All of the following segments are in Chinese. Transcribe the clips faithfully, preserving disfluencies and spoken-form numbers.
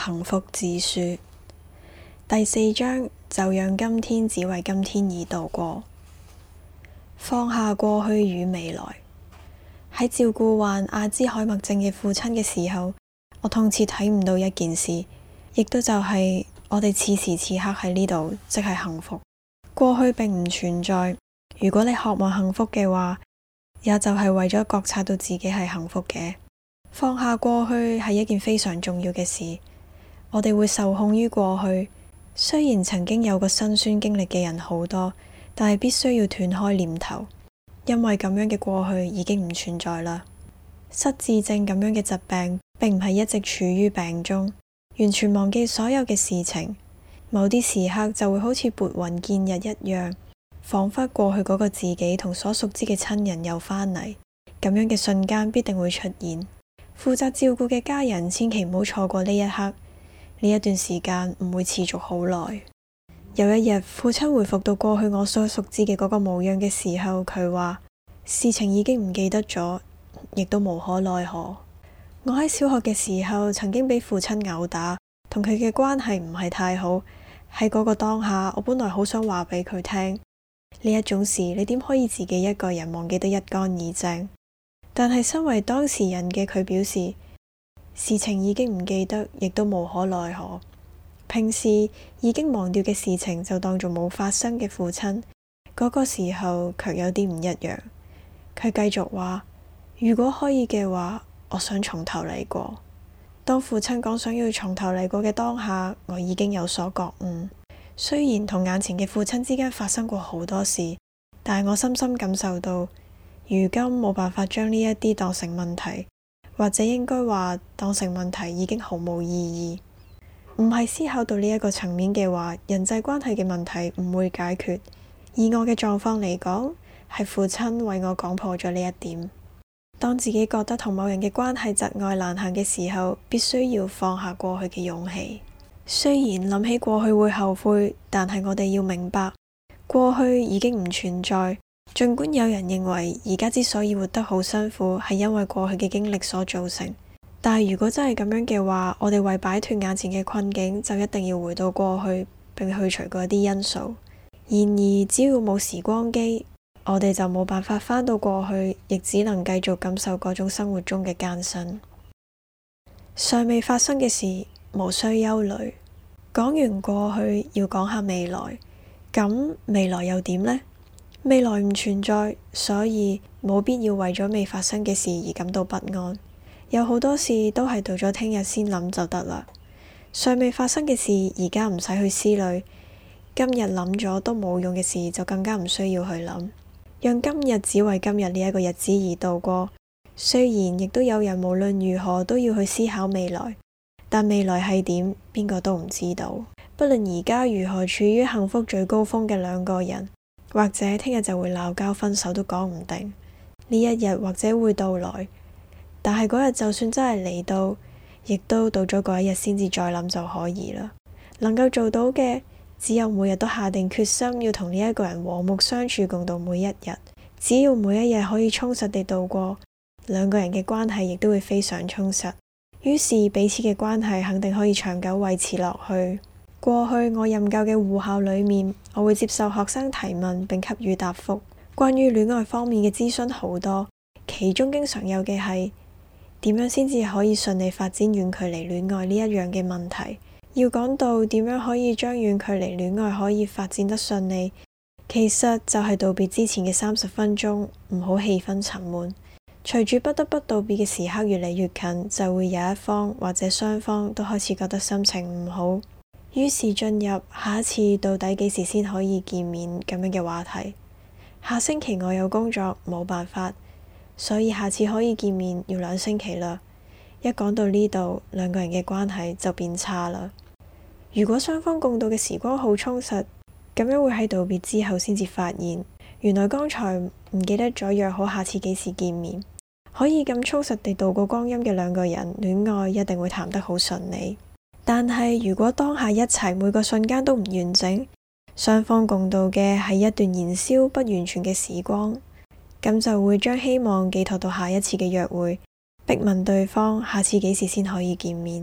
幸福之書第四章，就讓今天只為今天而度過。放下過去與未來。喺照顧患阿茲海默症嘅父親嘅時候，我痛切睇唔到一件事，亦都就係我哋此時此刻喺呢度，即係幸福。過去並唔存在，如果你渴望幸福嘅話，也就係為咗覺察到自己係幸福嘅。放下過去係一件非常重要嘅事。我哋會受控於過去，雖然曾經有過辛酸經歷嘅人好多，但係必須要斷開念頭，因為咁樣嘅過去已經唔存在啦。失智症咁樣嘅疾病並唔係一直處於病中，完全忘記所有嘅事情，某啲時刻就會好似撥雲見日一樣，仿佛過去嗰個自己同所熟知嘅親人又返嚟，咁樣嘅瞬間必定會出現。負責照顧嘅家人千祈唔好錯過呢一刻。呢一段時間唔會持續好耐。有一日，父親回復到過去我所熟知嘅嗰個模樣嘅時候，佢話事情已經唔記得咗，亦都無可奈何。我喺小學嘅時候曾經俾父親毆打，同佢嘅關係唔係太好。喺嗰個當下，我本來好想話俾佢聽，呢一種事你點可以自己一個人忘記得一乾二淨？但係身為當事人嘅佢表示，事情已經唔記得，亦都無可奈何。平時已經忘掉嘅事情就當做冇發生嘅父親，嗰個時候卻有啲唔一樣。佢繼續話，如果可以嘅話，我想從頭嚟過。當父親講想要從頭嚟過嘅當下，我已經有所覺悟。雖然同眼前嘅父親之間發生過好多事，但係我深深感受到，如今冇辦法將呢一啲當成問題。或者應該話當成問題已經毫無意義。唔係思考到呢一個層面嘅話，人際關係嘅問題唔會解決。以我嘅狀況嚟講，係父親為我講破咗呢一點。當自己覺得同某人嘅關係窒礙難行嘅時候，必須要放下過去嘅勇氣。雖然諗起過去會後悔，但係我哋要明白，過去已經唔存在。儘管有人認為而家之所以活得好辛苦，係因為過去嘅經歷所造成，但係如果真係咁樣嘅話，我哋為擺脫眼前嘅困境，就一定要回到過去，並去除嗰啲因素。然而，只要冇時光機，我哋就冇辦法返到過去，亦只能繼續感受嗰種生活中嘅艱辛。尚未發生嘅事，無需憂慮。講完過去，要講下未來。咁未來又點呢？未來唔存在，所以冇必要為咗未發生嘅事而感到不安。有好多事都係到咗聽日先諗就得啦。尚未發生嘅事，而家唔使去思慮。今日諗咗都冇用嘅事，就更加唔需要去諗。讓今日只為今日呢一個日子而度過。雖然亦都有人無論如何都要去思考未來，但未來係點，邊個都唔知道。不論而家如何處於幸福最高峰嘅兩個人，或者聽日就會鬧交分手都講唔定。呢一日或者會到來，但係嗰日就算真係嚟到，亦都到咗嗰一日先至再諗就可以啦。能夠做到嘅，只有每日都下定決心要同呢一個人和睦相處，共度每一日。只要每一日可以充實地度過，兩個人嘅關係亦都會非常充實。於是彼此嘅關係肯定可以長久維持落去。過去我任教嘅護校裏面，我會接受學生提問並給予答覆。關於戀愛方面嘅諮詢好多，其中經常有嘅係點樣先至可以順利發展遠距離戀愛呢一樣嘅問題。要講到點樣可以將遠距離戀愛可以發展得順利，其實就係道別之前嘅三十分鐘，唔好氣氛沉悶。隨住不得不道別嘅時刻越嚟越近，就會有一方或者雙方都開始覺得心情唔好。於是進入下一次到底幾時先可以見面咁樣嘅話題。下星期我有工作，冇辦法，所以下次可以見面要兩星期啦。一講到呢度，兩個人嘅關係就變差啦。如果雙方共度嘅時光好充實，咁樣會喺道別之後先至發現，原來剛才唔記得咗約好下次幾時見面。可以咁充實地度過光陰嘅兩個人，戀愛一定會談得好順利。但係如果當下一齊每個瞬間都唔完整，雙方共度嘅係一段燃燒不完全嘅時光，咁就會將希望寄託到下一次嘅約會，逼問對方下次幾時先可以見面。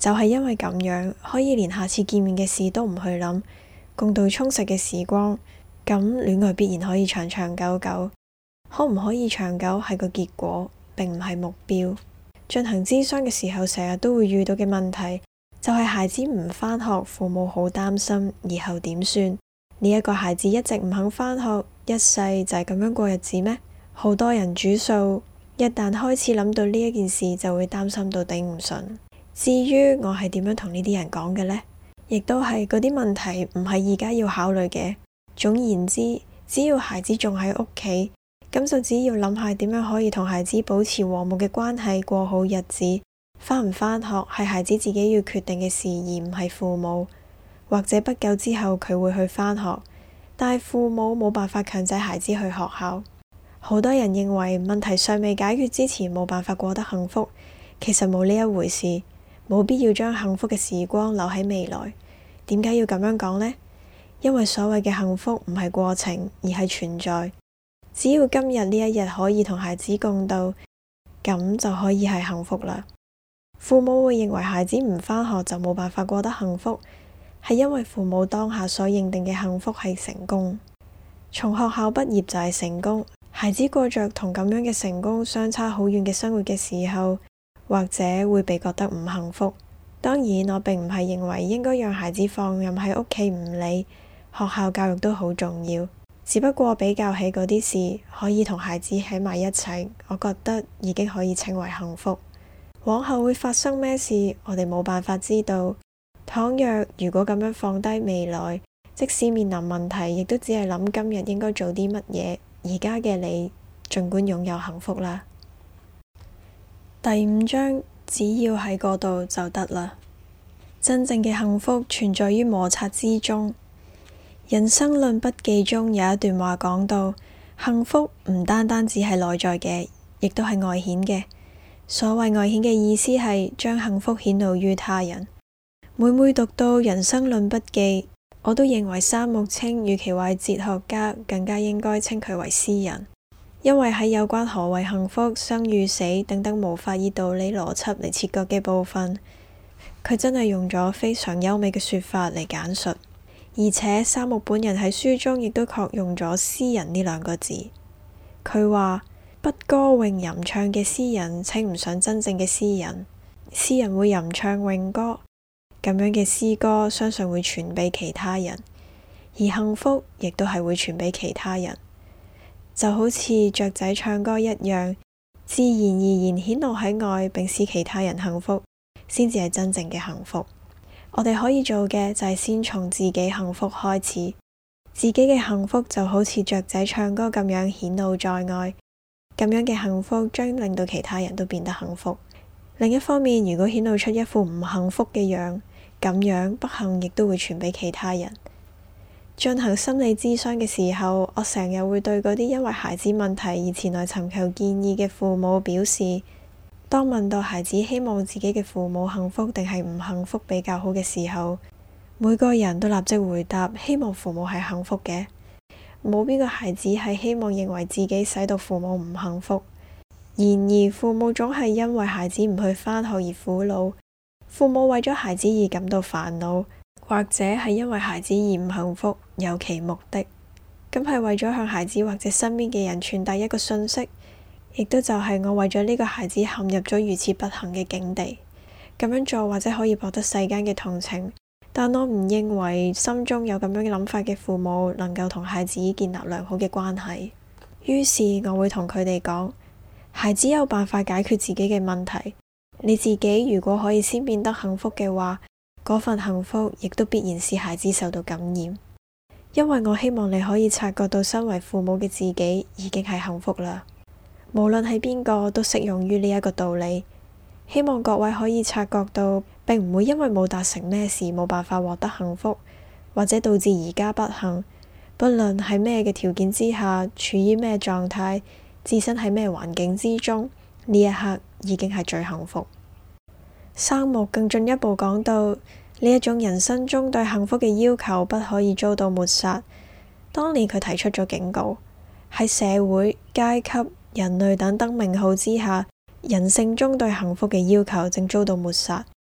就係因為咁樣，可以連下次見面嘅事都唔去諗，共度充實嘅時光，咁戀愛必然可以長長久久。可唔可以長久係個結果，並唔係目標。進行諮商嘅時候，成日都會遇到嘅問題，就係孩子唔返學，父母好擔心以後點算？呢一個孩子一直唔肯返學，一世就係咁樣過日子咩？好多人主訴，一旦開始諗到呢一件事，就會擔心到頂唔順。至於我係點樣同呢啲人講嘅呢？亦都係嗰啲問題唔係而家要考慮嘅。總言之，只要孩子仲喺屋企，咁就只要諗下點樣可以同孩子保持和睦嘅關係，過好日子。返唔返學係孩子自己要決定嘅事，而唔係父母。或者不久之後佢會去返學，但係父母冇辦法強制孩子去學校。好多人認為問題尚未解決之前冇辦法過得幸福，其實冇呢一回事，冇必要將幸福嘅時光留喺未來。點解要咁樣講呢？因為所謂嘅幸福唔係過程，而係存在。只要今日呢一日可以同孩子共度，咁就可以係幸福啦。父母會認為孩子唔返學就冇辦法過得幸福，係因為父母當下所認定嘅幸福係成功。從學校畢業就係成功，孩子過着同咁樣嘅成功相差好遠嘅生活嘅時候，或者會被覺得唔幸福。當然，我並唔係認為應該讓孩子放任喺屋企唔理，學校教育都好重要。只不過比較起嗰啲事，可以同孩子喺埋一齊，我覺得已經可以稱為幸福。往後會發生咩事，我哋冇辦法知道。倘若如果咁樣放低未來，即使面臨問題，亦都只係諗今日應該做啲乜嘢。而家嘅你，儘管擁有幸福啦。第五章，只要喺嗰度就得啦。真正嘅幸福存在於摩擦之中。人生論筆記中有一段話講到，幸福唔單單只係內在嘅，亦都係外顯嘅。所謂外顯嘅意思係將幸福顯露於他人。每每讀到人生論筆記，我都認為三木清與其話係哲學家，更加應該稱佢為詩人。因為喺有關何謂幸福、生與死等等無法以道理邏輯嚟切割嘅部分，佢真係用咗非常優美嘅說法嚟簡述。而且三木本人喺書中亦都確用咗詩人呢兩個字。佢話不歌詠吟唱嘅詩人稱唔上真正嘅詩人。詩人會吟唱詠歌，咁樣嘅詩歌相信會傳俾其他人，而幸福亦都係會傳俾其他人。就好似雀仔唱歌一樣，自然而然顯露喺外，並使其他人幸福，先至係真正嘅幸福。我哋可以做嘅就係先從自己幸福開始，自己嘅幸福就好似雀仔唱歌咁樣顯露在外，咁樣嘅幸福將令到其他人都變得幸福。另一方面，如果顯露出一副唔幸福嘅樣，咁樣不幸亦都會傳俾其他人。進行心理諮商嘅時候，我成日會對嗰啲因為孩子問題而前來尋求建議嘅父母表示，當問到孩子希望自己嘅父母幸福定係唔幸福比較好嘅時候，每個人都立即回答希望父母係幸福嘅。冇邊個孩子係希望認為自己使到父母唔幸福。然而父母總係因為孩子唔去返學而苦惱，父母為咗孩子而感到煩惱，或者係因為孩子而唔幸福，有其目的，咁係為咗向孩子或者身邊嘅人傳遞一個訊息，亦都就係我為咗呢個孩子陷入咗如此不幸嘅境地。咁樣做或者可以博得世間嘅同情，但我唔認為心中有咁樣嘅諗法嘅父母能夠同孩子建立良好嘅關係。於是我會同佢哋講，孩子有辦法解決自己嘅問題，你自己如果可以先變得幸福嘅話，嗰份幸福亦都必然使孩子受到感染。因為我希望你可以察覺到身為父母嘅自己已經係幸福啦。無論係邊個都適用於呢一個道理。希望各位可以察覺到，並唔會因為冇達成咩事冇辦法獲得幸福，或者導致而家不幸。不論喺咩嘅條件之下，處於咩狀態，置身喺咩環境之中，呢一刻已經係最幸福。三木更進一步講到，呢一種人生中對幸福嘅要求不可以遭到抹殺。當年佢提出咗警告，喺社會、階級、人類等等名號之下，人性中對幸福嘅要求正遭到抹殺。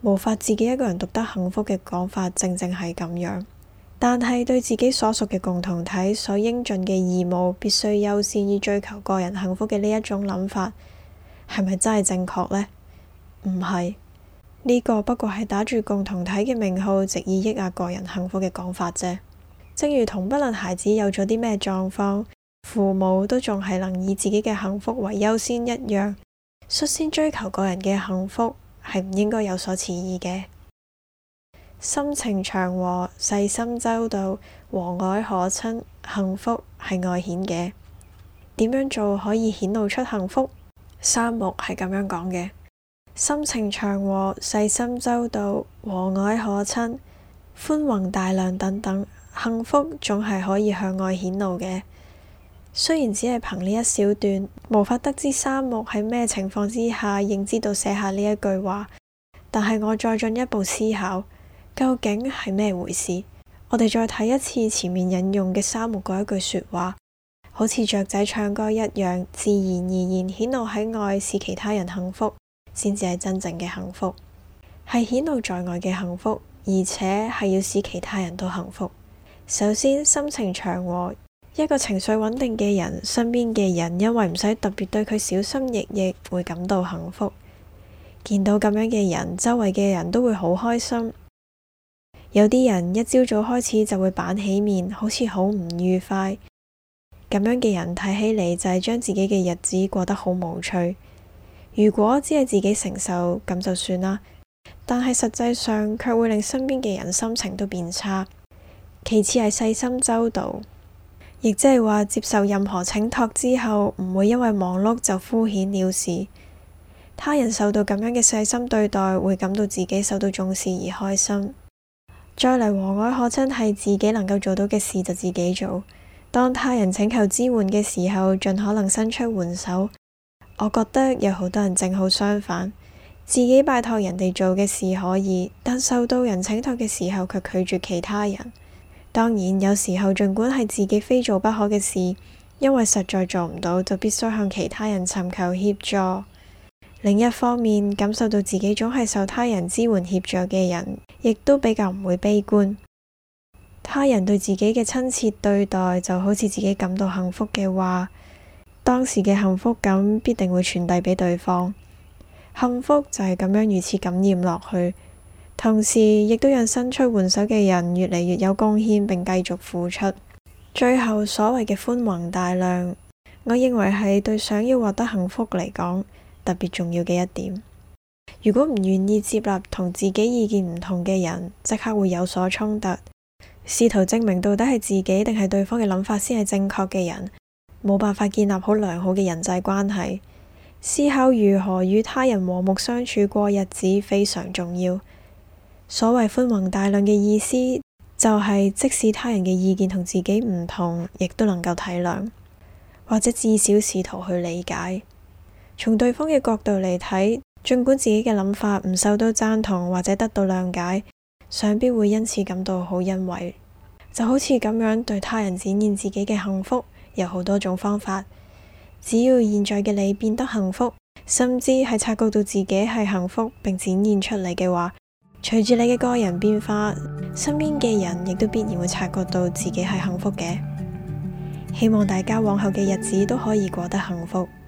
無法自己一個人獨得幸福嘅講法正正係咁樣。但係對自己所屬嘅共同體所應盡嘅義務，必須優先於追求個人幸福嘅呢一種諗法，係咪真係正確呢？唔係，呢個不過係打住共同體嘅名號，藉以抑壓個人幸福嘅講法啫。正如同不論孩子有咗啲咩狀況，父母都仲係能以自己嘅幸福為優先一樣，率先追求個人嘅幸福，係唔應該有所遲疑嘅。心情祥和、細心周到、和藹可親，幸福係外顯嘅。點樣做可以顯露出幸福？三木係咁樣講嘅：心情祥和、細心周到、和藹可親、寬宏大量等等，幸福總係可以向外顯露嘅。雖然只係憑呢一小段，無法得知三木喺咩情況之下認知到寫下呢一句話，但係我再進一步思考，究竟係咩回事？我哋再睇一次前面引用嘅三木嗰一句說話，好似雀仔唱歌一樣，自然而然顯露喺外，使其他人幸福，先至係真正嘅幸福，係顯露在外嘅幸福，而且係要使其他人都幸福。首先，心情祥和，一個情緒穩定嘅人，身邊嘅人因為唔使特別對佢小心翼翼，會感到幸福。見到咁樣嘅人，周圍嘅人都會好開心。有啲人一朝早開始就會板起面，好似好唔愉快。咁樣嘅人睇起嚟就係將自己嘅日子過得好無趣。如果只係自己承受，咁就算啦。但係實際上卻會令身邊嘅人心情都變差。其次係細心周到，亦即係話接受任何請託之後，唔會因為忙碌就敷衍了事。他人受到咁樣嘅細心對待，會感到自己受到重視而開心。再嚟，和藹可親係自己能夠做到嘅事就自己做，當他人請求支援嘅時候，盡可能伸出援手。我覺得有好多人正好相反，自己拜託人哋做嘅事可以，但受到人請託嘅時候卻拒絕其他人。當然有時候盡管係自己非做不可嘅事，因為實在做唔到，就必須向其他人尋求協助。另一方面，感受到自己總係受他人支援協助嘅人，亦都比較唔會悲觀。他人對自己嘅親切對待，就好似自己感到幸福嘅話，當時嘅幸福感必定會傳遞俾對方。幸福就係咁樣如此感染落去，同時亦都讓伸出援手嘅人越嚟越有貢獻，並繼續付出。最後所謂嘅寬宏大量，我認為係對想要獲得幸福嚟講特別重要嘅一點。如果唔願意接納同自己意見唔同嘅人，即刻會有所衝突，試圖證明到底係自己定係對方嘅諗法先係正確嘅人，冇辦法建立好良好嘅人際關係。思考如何與他人和睦相處過日子非常重要。所謂寬宏大量嘅意思，就係即使他人嘅意見同自己唔同，亦都能夠體諒，或者至少試圖去理解。從對方嘅角度嚟睇，儘管自己嘅諗法唔受到贊同或者得到諒解，想必會因此感到好欣慰。就好似咁樣對他人展現自己嘅幸福，有好多種方法。只要現在嘅你變得幸福，甚至係察覺到自己係幸福並展現出嚟嘅話，隨住你嘅個人變化，身邊嘅人亦都必然會察覺到自己係幸福嘅。希望大家往後嘅日子都可以過得幸福。